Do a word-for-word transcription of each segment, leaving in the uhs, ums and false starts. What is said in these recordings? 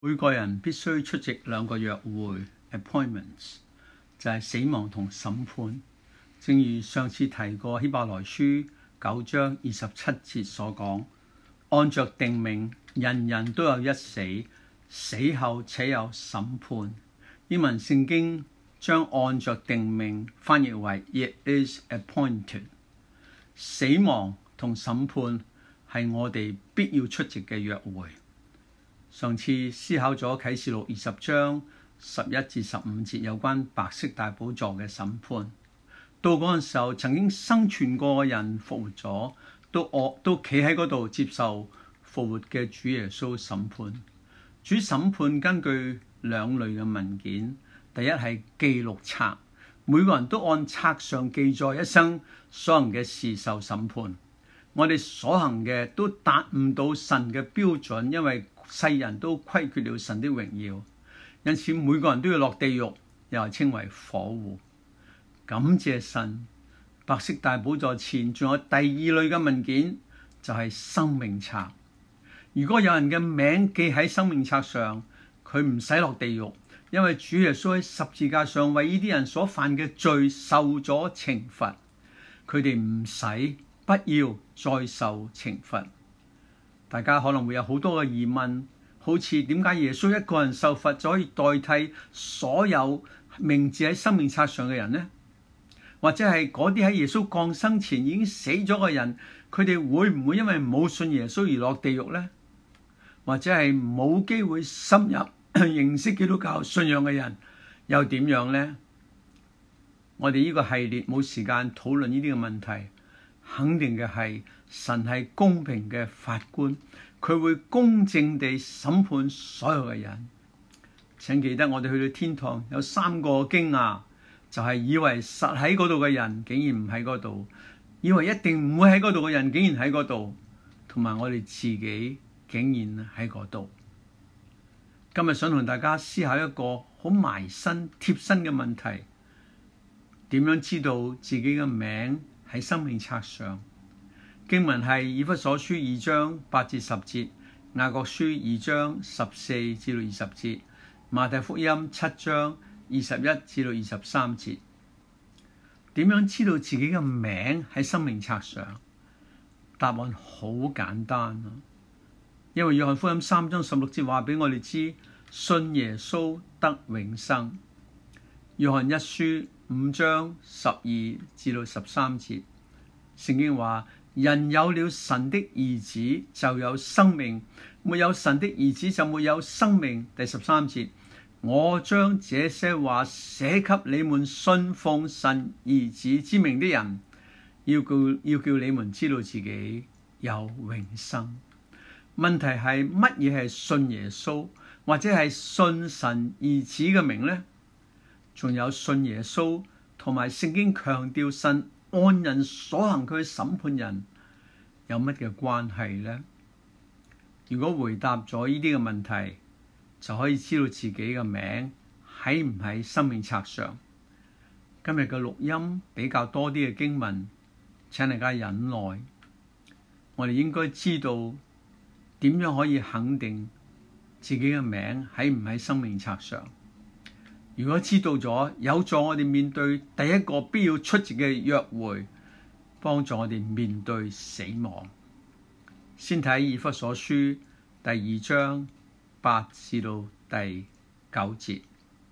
每個人必須出席兩個約會 appointments， 就係死亡同審判。正如上次提過希伯來書九章二十七節所講，按着定命，人人都有一死，死後且有審判。英文聖經將按着定命翻譯為 It is appointed。死亡同審判係我哋必要出席嘅約會。上次思考咗啟示錄二十章十一至十五節有關白色大寶座嘅審判。到嗰陣時候，曾經生存過嘅人復活咗，都惡都企喺嗰度接受復活嘅主耶穌審判。主審判根據兩類嘅文件，第一係記錄冊，每個人都按冊上記載一生所行嘅事受審判。我哋所行嘅都達唔到神嘅標準，因為世人都虧缺了神的榮耀，因此每個人都要落地獄，又係稱為火湖。感謝神，白色大寶座前仲有第二類嘅文件，就係生命冊。如果有人嘅名記喺生命冊上，佢唔使落地獄，因為主耶穌喺十字架上為呢啲人所犯嘅罪受咗懲罰，佢哋唔使不要再受懲罰。大家可能會有好多嘅疑問，好似點解耶穌一個人受罰就可以代替所有名字喺生命冊上嘅人呢？或者係嗰啲喺耶穌降生前已經死咗嘅人，佢哋會唔會因為冇信耶穌而落地獄呢？或者係冇機會深入認識基督教信仰嘅人又點樣呢？我哋呢個系列冇時間討論呢啲嘅問題。肯定嘅係神係公平嘅法官，佢會公正地審判所有嘅人。請記得我哋去到天堂有三個驚訝，就係以為實喺嗰度嘅人竟然唔喺嗰度，以為一定唔會喺嗰度嘅人竟然喺嗰度，同埋我哋自己竟然喺嗰度。今日想同大家思考一個好埋身貼身嘅問題，點樣知道自己嘅名喺生命冊上？經文係以弗所書二章八至十節，雅各書二章十四至到二十節，馬太福音七章二十一至到二十三節。點樣知道自己嘅名喺生命冊上？答案好簡單啊！因為約翰福音三章十六節話俾我哋知，信耶穌得永生。約翰一書五章十二至到十三節，聖經話：人有了神的兒子就有生命，沒有神的兒子就沒有生命。第十三節，我將這些話寫給你們信奉神兒子之名的人，要叫要叫你們知道自己有永生。問題係乜嘢係信耶穌，或者係信神兒子嘅名呢？仲有信耶穌同埋聖經強調神按人所行佢審判人，有乜嘅關係呢？如果回答咗呢啲嘅問題，就可以知道自己嘅名喺唔喺生命冊上。今日嘅錄音比較多啲嘅經文，請大家忍耐。我哋應該知道點樣可以肯定自己嘅名喺唔喺生命冊上。如果知道咗，有助我哋面對第一個必要出席嘅約會，幫助我哋面對死亡。先睇以弗所書第二章八至到第九節。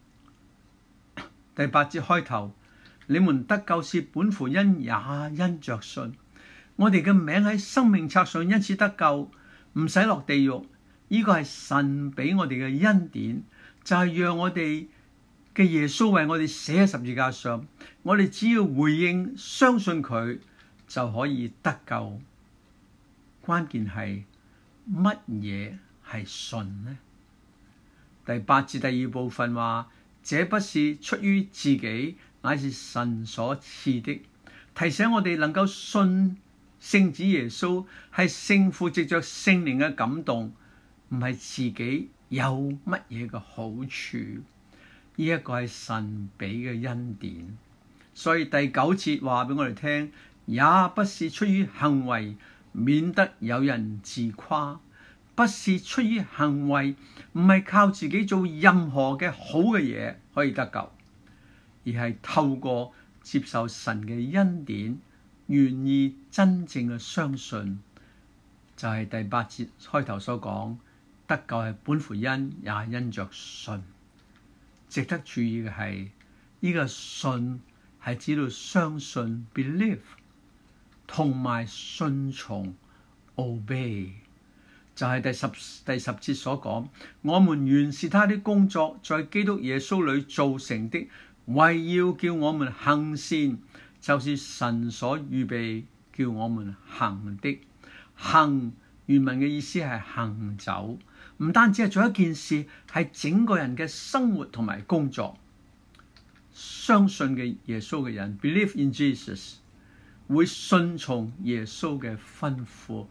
第八節開頭，你們得救是本乎恩，也因着信。我哋嘅名喺生命冊上，因此得救，唔使落地獄。呢個係神俾我哋嘅恩典，就係讓我哋嘅耶穌為我哋死喺十字架上，我哋只要回應相信佢就可以得救。關鍵係乜嘢係信呢？第八節第二部分話：這不是出於自己，乃是神所賜的。提醒我哋能夠信聖子耶穌係聖父藉着聖靈嘅感動，唔係自己有乜嘢嘅好處。呢一個係神俾嘅恩典，所以第九節話俾我哋聽，也不是出於行為，免得有人自誇。 不是出於行為，唔係靠自己做任何嘅好嘅嘢可以得救，而係透過接受神嘅恩典，願意真正嘅相信，就係、是、第八節開頭所講，得救係本乎恩，也因着信。值得注意嘅係，呢、這個信係指到相信 believe 同埋順從 obey。就係第十第十節所講，我們原是他的工作，在基督耶穌裏造成的，為要叫我們行善，就是神所預備叫我們行的。行原文嘅意思係行走，唔單止係做一件事，係整個人嘅生活同埋工作。相信嘅耶穌嘅人 believe in Jesus 會順從耶穌嘅吩咐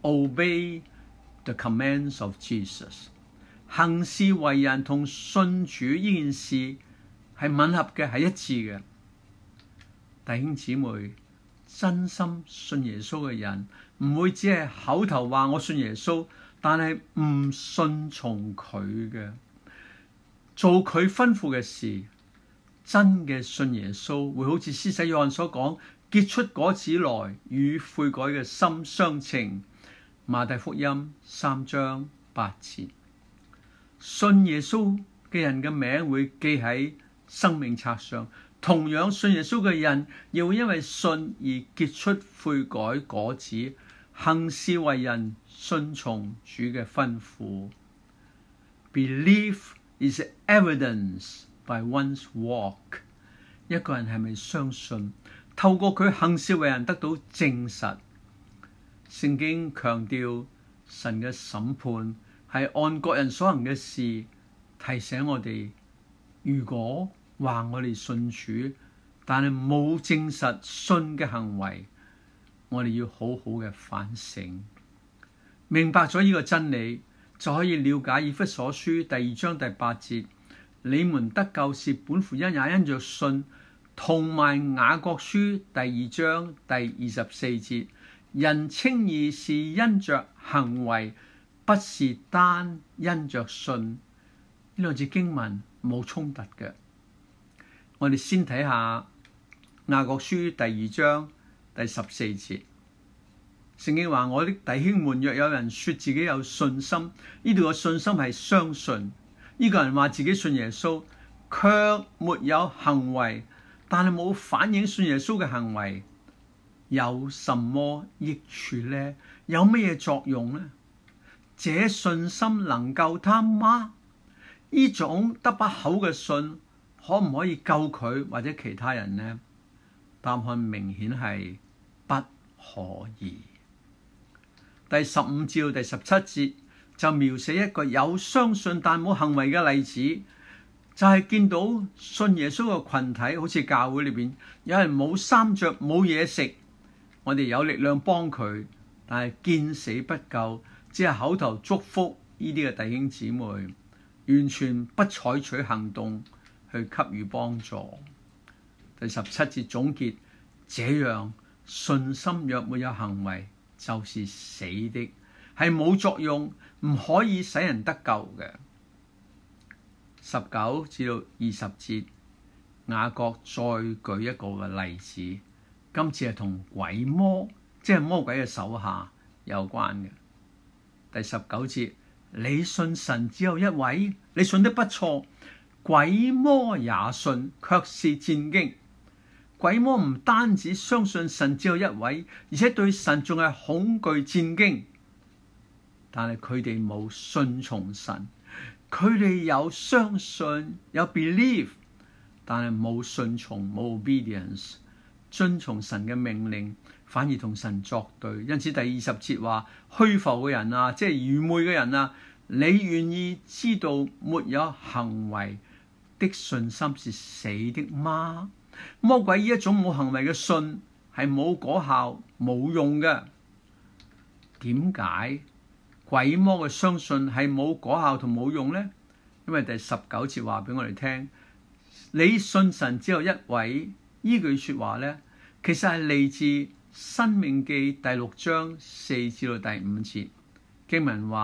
obey the commands of Jesus。 行事為人同信主呢件事係吻合嘅，係一致嘅。弟兄姊妹，真心信耶穌嘅人唔會只係口頭話我信耶穌，但係唔順從佢嘅，做佢吩咐嘅事。真嘅信耶穌會好似施洗約翰所講，結出果子來，與悔改嘅心相稱。馬太福音三章八節。信耶穌嘅人嘅名會記喺生命冊上，同樣信耶穌嘅人亦會因為信而結出悔改果子，行事為人順從主嘅吩咐。Belief is evidence by one's walk。 一個人係咪相信，透過佢行事為人得到證實。聖經強調神嘅審判係按各人所行嘅事，提醒我哋，如果話我哋信主，但係冇證實信嘅行為，我哋要好好嘅反省。明白咗呢個真理，就可以了解以弗所書第二章第八節，你們得救是本乎恩，也因着信，同埋雅各書第二章第二十四節，人稱義是因着行為，不是單因着信。呢兩節經文冇衝突嘅。我哋先睇下雅各書第二章第十四節，聖經話：我的弟兄們，若有人說自己有信心，呢度嘅信心係相信。呢、這個人話自己信耶穌，卻沒有行為，但係冇反映信耶穌嘅行為，有什麼益處呢？有咩作用呢？這信心能救他嗎？呢種得把口嘅信可唔可以救佢或者其他人呢？答案明顯係不可以。第十五至到第十七節就描寫一個有相信但冇行為嘅例子，就係、是、見到信耶穌嘅群體，好似教會裏邊有人冇衫着冇嘢食，我哋有力量幫佢，但係見死不救，只係口頭祝福呢啲嘅弟兄姊妹，完全不採取行動去給予幫助。第十七節總結，這樣信心若沒有行為，就是死的，係冇作用，唔可以使人得救嘅。十九至到二十節，雅各再舉一個嘅例子，今次係同鬼魔，即係魔鬼嘅手下有關嘅。第十九節，你信神只有一位，你信得不錯，鬼魔也信，卻是戰驚。鬼魔唔單止相信神只有一位，而且對神仲係恐懼戰驚。但係佢哋冇信從神，佢哋有相信有 believe， 但係冇信從冇 obedience， 遵從神嘅命令，反而同神作對。因此第二十節話，虛浮嘅人啊，即係愚昧嘅人啊，你願意知道沒有行為的信心是死的嗎？魔鬼呢一種冇行為嘅信係冇果效冇用嘅。點解鬼魔嘅相信係冇果效同冇用呢？因為第十九節話俾我哋聽，你信神只有一位，呢句說話呢，其實係嚟自申命記第六章四至到第五節經文話，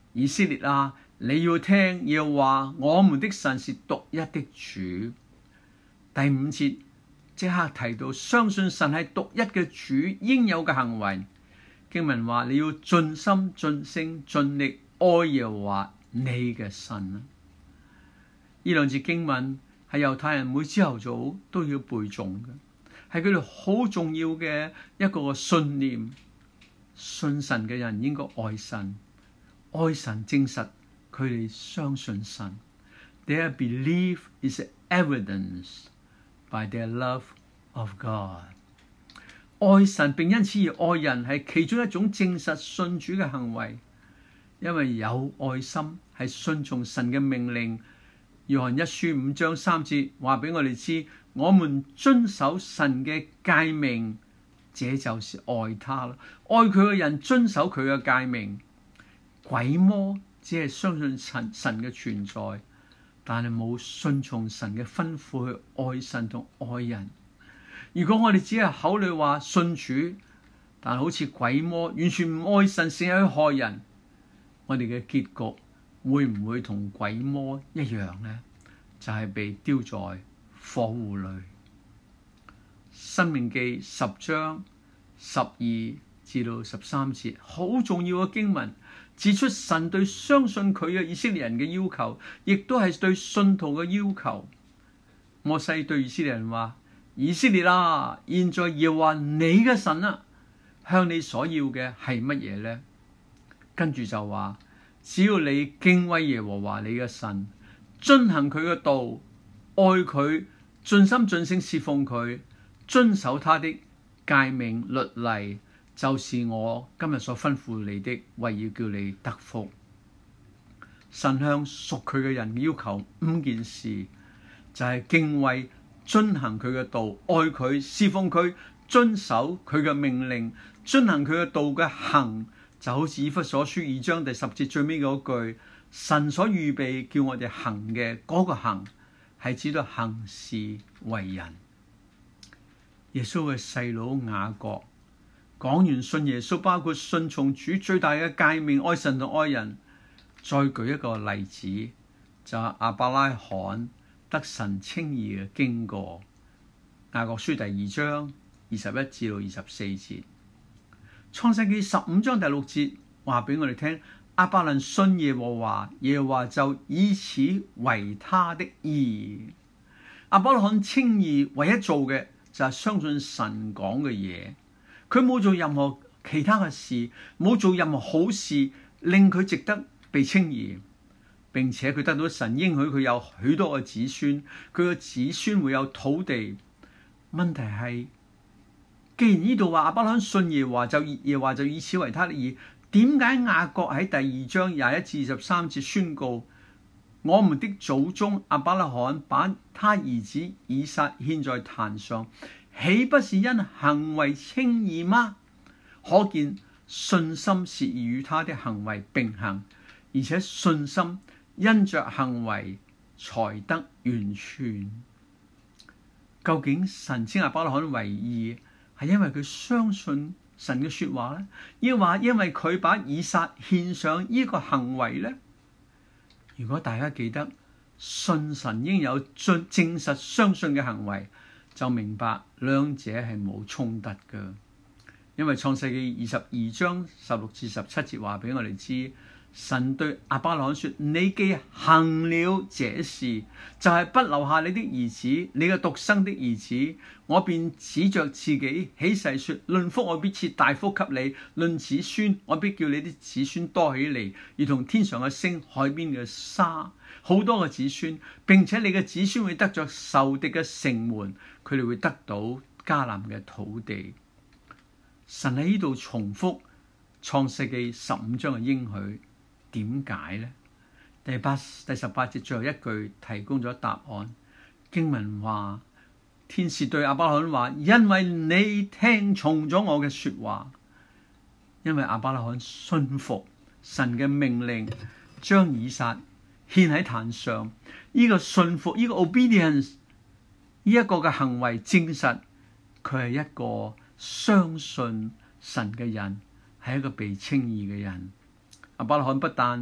以色列啊，你要聽，耶和華我們的神是獨一的主。第五節即刻提到相信神係獨一嘅主應有嘅行為。經文話你要盡心盡性盡力愛耶和華你嘅神啊！呢兩節經文係猶太人每朝頭早都要背誦嘅，係佢哋好重要嘅一個信念。信神嘅人應該愛神，愛神證實佢哋相信神。Their belief is evidence by their love of God。愛神並因此而愛人係其中一種證實信主嘅行為，因為有愛心係順從神嘅命令。約翰一書五章三節話俾我哋知，我們遵守神嘅誡命，這就是愛他啦。愛佢嘅人遵守佢嘅誡命。鬼魔只係相信神神嘅存在，但係冇順從神嘅吩咐去愛神同愛人。如果我哋只係口裏話信主，但好似鬼魔完全唔愛神，成日去害人，我哋嘅結局會唔會同鬼魔一樣呢？就係、是、被丟在火湖裏。申命記十章十二至到十三節，好重要嘅經文，指出神對相信佢嘅以色列人嘅要求，亦都係對信徒嘅要求。摩西對以色列人話：以色列啊，現在耶和華你嘅神啊，向你所要嘅係乜嘢呢？跟住就話，只要你敬畏耶和華你嘅神，遵行佢嘅道，愛佢，盡心盡性侍奉佢，遵守他的誡命律例，就是我今日所吩咐你的，為要叫你得福。神向屬佢嘅人要求五件事，就係、是、敬畏、遵行佢嘅道，愛佢，侍奉佢，遵守佢嘅命令，遵行佢嘅道嘅行，就好似以弗所書二章第十節最尾嗰句，神所預備叫我哋行嘅嗰個行，係指到行事為人。耶穌嘅細佬雅各講完信耶穌，包括信從主最大嘅誡命，愛神同愛人。再舉一個例子，就係、是、亞伯拉罕得神稱義嘅經過。雅各書第二章二十一至到二十四節，創世記十五章第六節話俾我哋聽，亞伯蘭信耶和華，耶和華就以此為他的義。亞伯拉罕稱義唯一做嘅就係相信神講嘅嘢，佢冇做任何其他嘅事，冇做任何好事令佢值得被稱義，並且佢得到神應許佢有許多嘅子孫，佢嘅子孫會有土地。問題係，既然呢度話亞伯拉罕信耶和華，就耶和華就以此為他的義，點解雅各喺第二章廿一至二十三節宣告，我們的祖宗亞伯拉罕把他兒子以撒獻在壇上，豈不是因行為稱義嗎？可見信心是與他的行為並行，而且信心因着行為才得完全。究竟神稱亞伯拉罕為義，係因為佢相信神嘅說話呢？抑或因為佢把以撒獻上呢個行為呢？如果大家記得信神應有證實相信嘅行為，就明白兩者係冇衝突嘅。因為創世記二十二章十六至十七節話俾我哋知，神對亞伯拉罕說：你既行了這事，就係、是、不留下你的兒子，你嘅獨生的兒子，我便指着自己起誓說：論福我必賜大福給你，論子孫我必叫你的子孫多起嚟，如同天上嘅星、海邊嘅沙，好多嘅子孫，並且你嘅子孫會得着仇敵嘅城門，佢哋會得到迦南嘅土地。神喺呢度重複創世記十五章嘅應許，點解呢？第八、第十八節最後一句提供咗答案。經文話，天使對亞伯拉罕話：因為你聽從咗我嘅說話，因為亞伯拉罕信服神嘅命令，將以撒獻喺壇上。呢、這個信服，呢、這個 obedience， 呢一個嘅行為證實佢係一個相信神嘅人，係一個被稱義嘅人。亞伯拉罕不但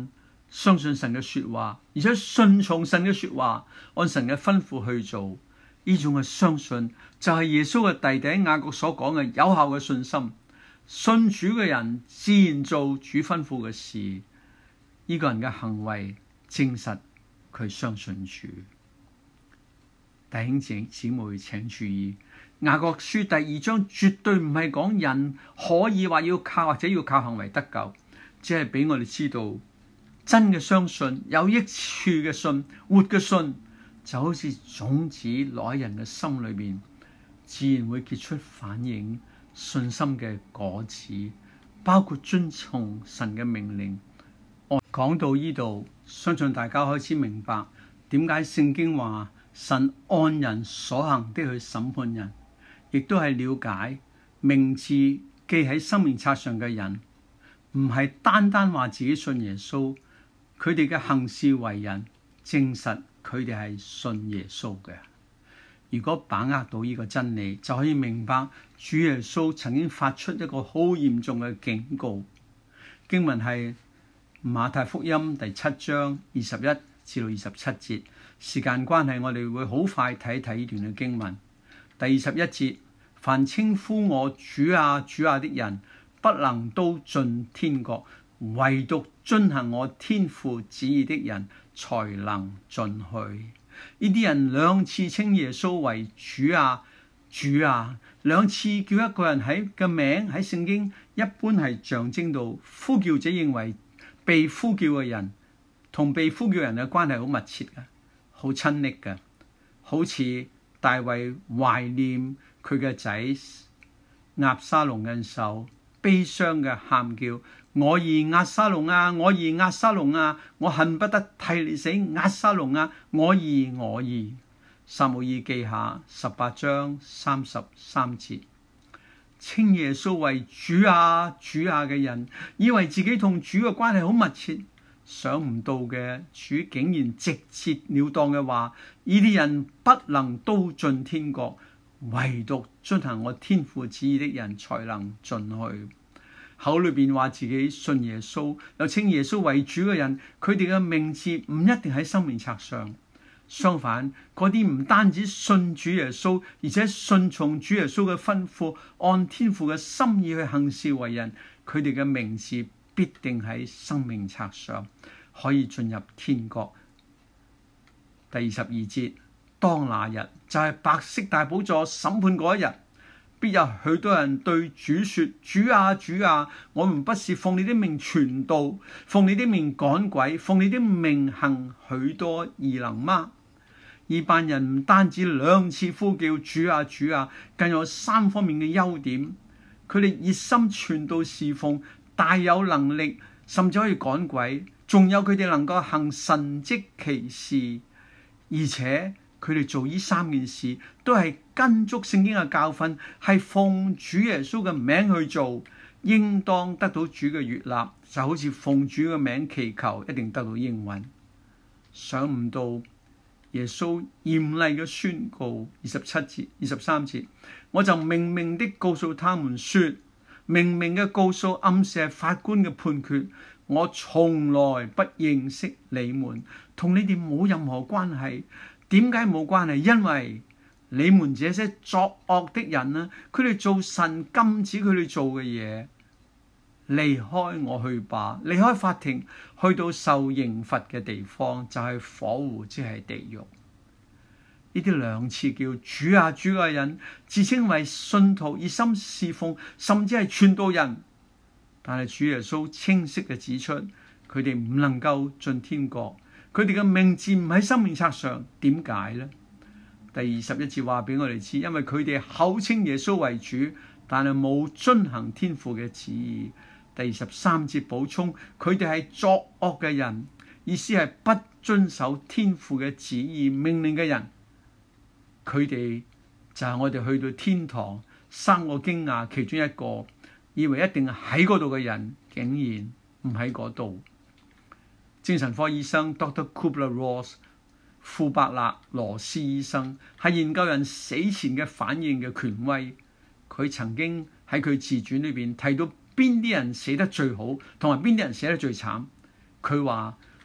相信神嘅說話，而且順從神嘅說話，按神嘅吩咐去做。呢種嘅相信就係耶穌嘅弟弟雅各所講嘅有效嘅信心。信主嘅人自然做主吩咐嘅事，呢、這個人嘅行為證實佢相信主。弟兄姊妹請注意，雅各書第二章絕對唔係講人可以話要靠或者要靠行為得救，只係俾我哋知道真嘅相信、有益處嘅信、活嘅信，就好似種子落喺人嘅心裏面，自然會結出反映信心嘅果子，包括遵從神嘅命令。講到呢度，相信大家開始明白點解聖經話神按人所行的去審判人，亦都係了解名字記喺生命冊上嘅人，唔係單單話自己信耶穌，佢哋嘅行事為人證實佢哋係信耶穌嘅。如果把握到呢個真理，就可以明白主耶穌曾經發出一個好嚴重嘅警告。經文係馬太福音第七章二十一至到二十七節。時間關係，我哋會好快睇睇呢段嘅經文。第二十一節，凡稱呼我主啊主啊的人，不能都進天國，唯獨遵行我天父旨意的人才能進去。呢啲人兩次稱耶穌為主啊主啊，兩次叫一個人喺嘅名喺聖經一般係象徵到呼叫者認為被呼叫嘅人同被呼叫人嘅關係好密切嘅，好親昵嘅，好似大衛懷念佢嘅仔押沙龍嘅時候，悲傷嘅喊叫：我兒押沙龍啊，我兒押沙龍啊，我恨不得替你死，押沙龍啊，我兒我兒。撒母耳記下十八章三十三節，稱耶穌為主啊主啊嘅人，以為自己同主嘅關係好密切。想唔到嘅，主竟然直截了當嘅話：呢啲人不能都進天國，唯獨遵行我天父旨意的人才能進去。口裏邊話自己信耶穌，又稱耶穌為主嘅人，佢哋嘅名字唔一定喺生命冊上。相反，嗰啲唔單止信主耶穌，而且順從主耶穌嘅吩咐，按天父嘅心意去行事為人，佢哋嘅名字必定喺生命冊上，可以進入天國。第二十二節，當那日就係白色大寶座審判嗰一日，必有許多人對主說：主啊主啊，我們不是奉你的名傳道，奉你的名趕鬼，奉你的名行許多異能嗎？呢班人唔單止兩次呼叫主啊主啊，更有三方面嘅優點。佢哋熱心傳道侍奉，大有能力，甚至可以趕鬼，仲有佢哋能夠行神蹟奇事，而且佢哋做呢三件事都係跟足聖經嘅教訓，係奉主耶穌嘅名去做，應當得到主嘅悅納，就好似奉主嘅名祈求，一定得到應允。想唔到耶穌嚴厲嘅宣告，二十七節、二十三節，我就明明的告訴他們說，明明嘅告訴暗示係法官嘅判決，我從來不認識你們，同你哋冇任何關係。點解冇關係？因為你們這些作惡的人呢，佢哋做神禁止佢哋做嘅嘢，離開我去吧，離開法庭，去到受刑罰嘅地方，就係火湖，即係地獄。呢啲兩次叫主啊主嘅人，自稱為信徒，熱心侍奉，甚至係傳道人，但係主耶穌清晰嘅指出，佢哋唔能夠進天國，佢哋嘅名字唔喺生命冊上。點解呢？第二十一節話俾我哋知，因為佢哋口稱耶穌為主，但係冇遵行天父嘅旨意。第二十三節補充，佢哋係作惡嘅人，意思係不遵守天父嘅旨意命令嘅人。佢哋就係我哋去到天堂三個驚訝其中一個，以為一定喺嗰度嘅人，竟然唔喺嗰度。精神科醫生 Doctor Kubler-Ross 庫伯勒羅斯醫生係研究人死前嘅反應嘅權威。佢曾經喺佢自傳裏邊提到邊啲人死得最好，同埋邊啲人死得最慘。佢話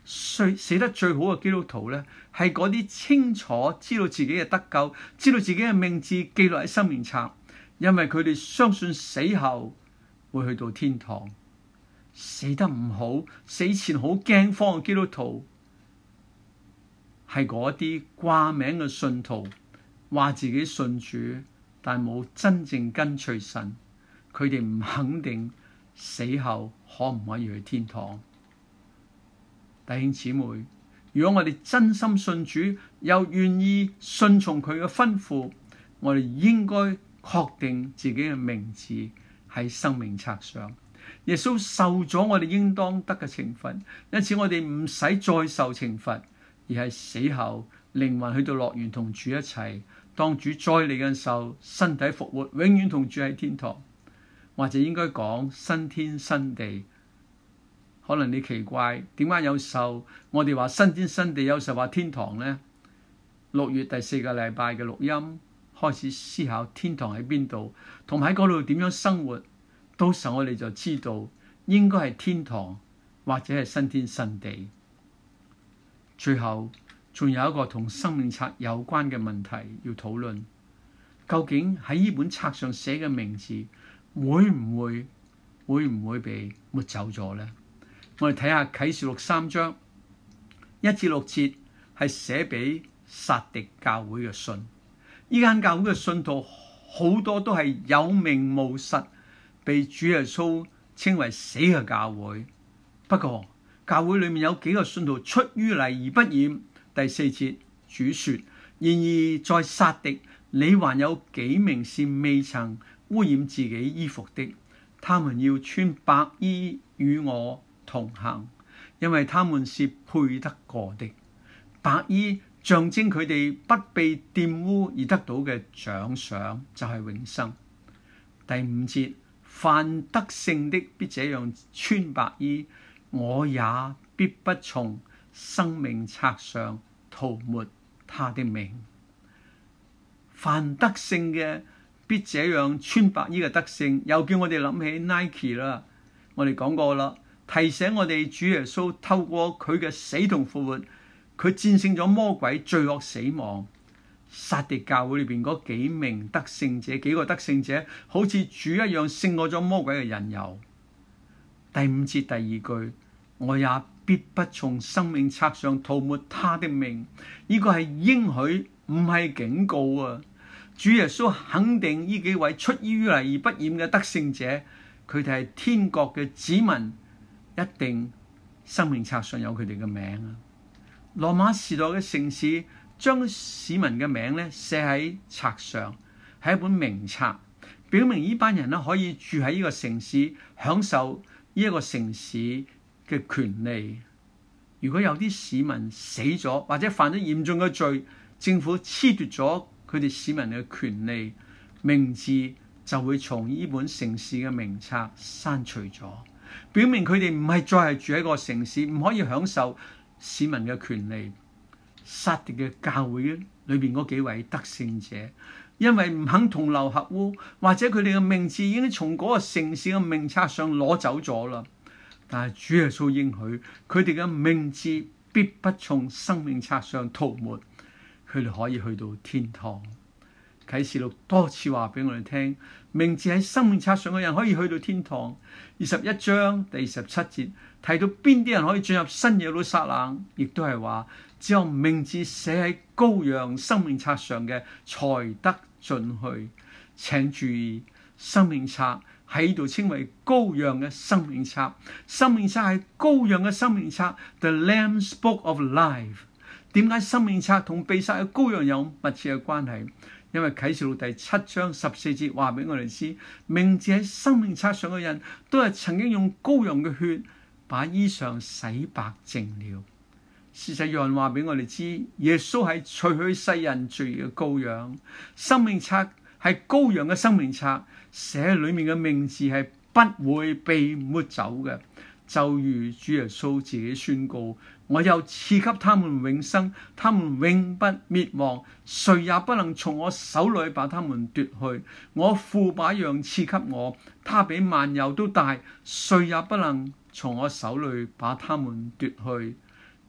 死死得最好嘅基督徒呢，係嗰啲清楚知道自己嘅得救，知道自己嘅名字記錄喺生命冊，因為佢哋相信死後會去到天堂。死得唔好，死前好驚慌嘅基督徒，係嗰啲掛名嘅信徒，話自己信主，但冇真正跟隨神，佢哋唔肯定死後可唔可以去天堂。弟兄姊妹，如果我哋真心信主，又願意順從佢嘅吩咐，我哋應該確定自己嘅名字喺生命冊上。耶穌受咗我哋應當得嘅懲罰，因此我哋唔使再受懲罰，而係死後靈魂去到樂園同主一齊。當主再嚟嘅時候，身體復活，永遠同主喺天堂，或者應該講新天新地。可能你奇怪點解有時候我哋話新天新地，有時候話天堂呢？六月第四個禮拜嘅錄音開始思考天堂喺邊度，同埋喺嗰度點樣生活。到時候我哋就知道應該係天堂或者係新天新地。最後仲有一個同生命冊有關嘅問題要討論，究竟喺呢本冊上寫嘅名字會唔會會唔會被抹走咗呢？我哋睇下啟示錄三章一至六節，係寫俾撒狄教會嘅信。呢間教會嘅信徒好多都係有名無實，被主耶穌稱為死嘅教會。不過教會裏面有幾個信徒出淤泥而不染。第四節主說：然而在撒狄，你還有幾名是未曾污染自己衣服的，他們要穿白衣與我同行，因為他們是配得過的。白衣象徵佢哋不被玷污而得到嘅獎賞，就係永生。第五節，凡得勝的必這樣穿白衣，我也必不從生命冊上塗抹他的名。凡得勝嘅必這樣穿白衣嘅得勝，又叫我哋諗起 Nike 啦。我哋講過啦，提醒我哋主耶穌透過佢嘅死同復活，佢戰勝咗魔鬼、罪惡、死亡。撒狄教會裏邊嗰幾名得勝者，幾個得勝者好似主一樣勝過咗魔鬼嘅引誘。第五節第二句，我也必不從生命冊上塗抹他的名。呢、這個係應許，唔係警告啊！主耶穌肯定呢幾位出於泥而不染嘅得勝者，佢哋係天國嘅子民，一定生命冊上有佢哋嘅名啊！羅馬時代嘅城市將市民嘅名咧寫喺冊上，係一本名冊，表明呢班人咧可以住喺呢個城市，享受呢一個城市嘅權利。如果有啲市民死咗或者犯咗嚴重嘅罪，政府褫奪咗佢哋市民嘅權利，名字就會從呢本城市嘅名冊刪除咗，表明佢哋唔係再係住喺個城市，唔可以享受市民嘅權利。撒狄嘅教會裏邊嗰幾位得勝者，因為唔肯同流合污，或者佢哋嘅名字已經從嗰個城市嘅名冊上攞走咗啦。但係主耶穌應許，佢哋嘅名字必不從生命冊上塗抹，佢哋可以去到天堂。啟示錄多次話俾我哋聽，名字喺生命冊上嘅人可以去到天堂。二十一章第二十七節提到邊啲人可以進入新耶路撒冷，亦都係話只有名字寫喺羔羊生命冊上嘅才得進去。請注意，生命冊喺度稱為羔羊嘅生命冊，生命冊係羔羊嘅生命冊 ，The Lamb's Book of Life。點解生命冊同被殺嘅羔羊有密切嘅關係？因為啟示錄第七章十四節話俾我哋知，名字喺生命冊上嘅人都係曾經用羔羊嘅血把衣裳洗白淨了。事實上話俾我哋知，耶穌係除去世人罪嘅羔羊。生命冊係羔羊嘅生命冊，寫裏面嘅名字係不會被抹走嘅。就如主耶穌自己宣告，我又賜給他們永生，他們永不滅亡，誰也不能從我手裏把他們奪去。我父把羊賜給我，他比萬有都大，誰也不能從我手裏把他們奪去。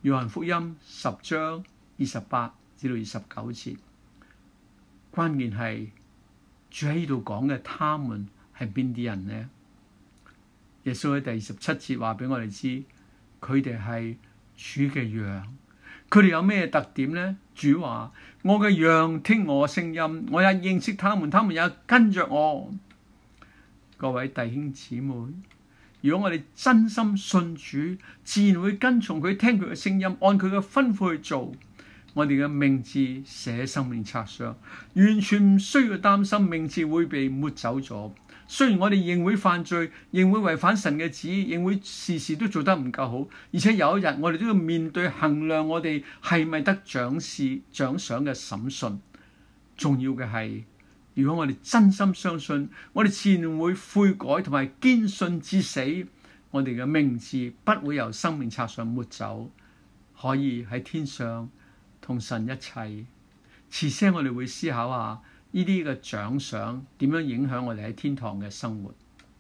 約翰福音十章二十八至到二十九節，關鍵係住喺呢度講嘅他們係邊啲人呢？耶穌喺第二十七節話俾我哋知，佢哋係主嘅羊。佢哋有咩特點呢？主話：我嘅羊聽我聲音，我也認識他們，他們也跟着我。各位弟兄姊妹，如果我哋真心信主，自然會跟從佢，聽佢嘅聲音，按佢嘅吩咐去做。我哋嘅名字寫生命冊上，完全唔需要擔心名字會被抹走咗。雖然我哋仍會犯罪，仍會違反神嘅旨意，仍會事事都做得唔夠好，而且有一日我哋都要面對衡量我哋係咪得獎試獎賞嘅審訊。重要嘅係，如果我哋真心相信，我哋自然會悔改同埋堅信至死，我哋嘅名字不會由生命冊上抹走，可以喺天上同神一齊。遲些我哋會思考下呢啲嘅獎賞點樣影響我哋喺天堂嘅生活。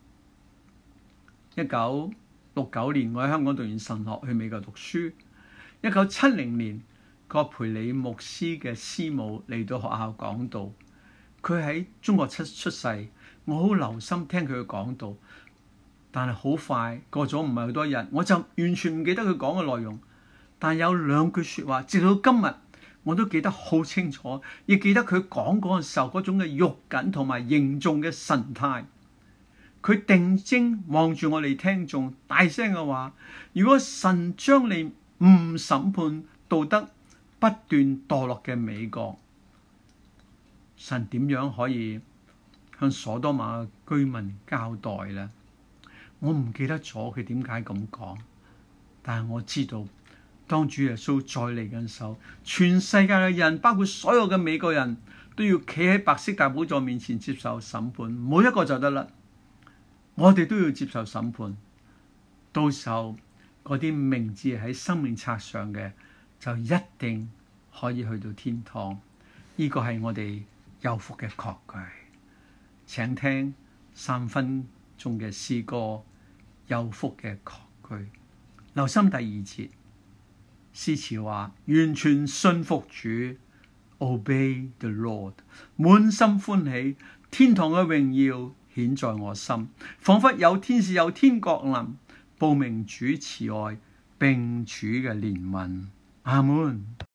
一九六九年我喺香港讀完神學，去美國讀書。一九七零年葛培理牧師嘅師母嚟到學校講道，佢喺中國出出世，我好留心聽佢嘅講道，但係好快過咗唔係好多日，我就完全唔記得佢講嘅內容。但有兩句說話，直到今日我都記得好清楚，亦記得佢講嗰個時候嗰種嘅肉緊同埋凝重嘅神態。佢定睛望住我哋聽眾，大聲嘅話：如果神將你唔審判道德不斷墮落嘅美國，神點樣可以向所多瑪嘅居民交代呢？我唔記得咗佢點解咁講，但係我知道，當主耶穌再嚟嘅時候，全世界嘅人，包括所有嘅美國人都要企喺白色大寶座面前接受審判，冇一個就得啦。我哋都要接受審判，到時候嗰啲名字喺生命冊上嘅，就一定可以去到天堂。呢個係我哋有福嘅確據。請聽三分鐘嘅詩歌，有福嘅確據。留心第二節。詩詞話：完全信服主 ，Obey the Lord， 滿心歡喜，天堂嘅榮耀顯在我心，仿佛有天使有天國臨，報明主慈愛並主嘅憐憫。阿門。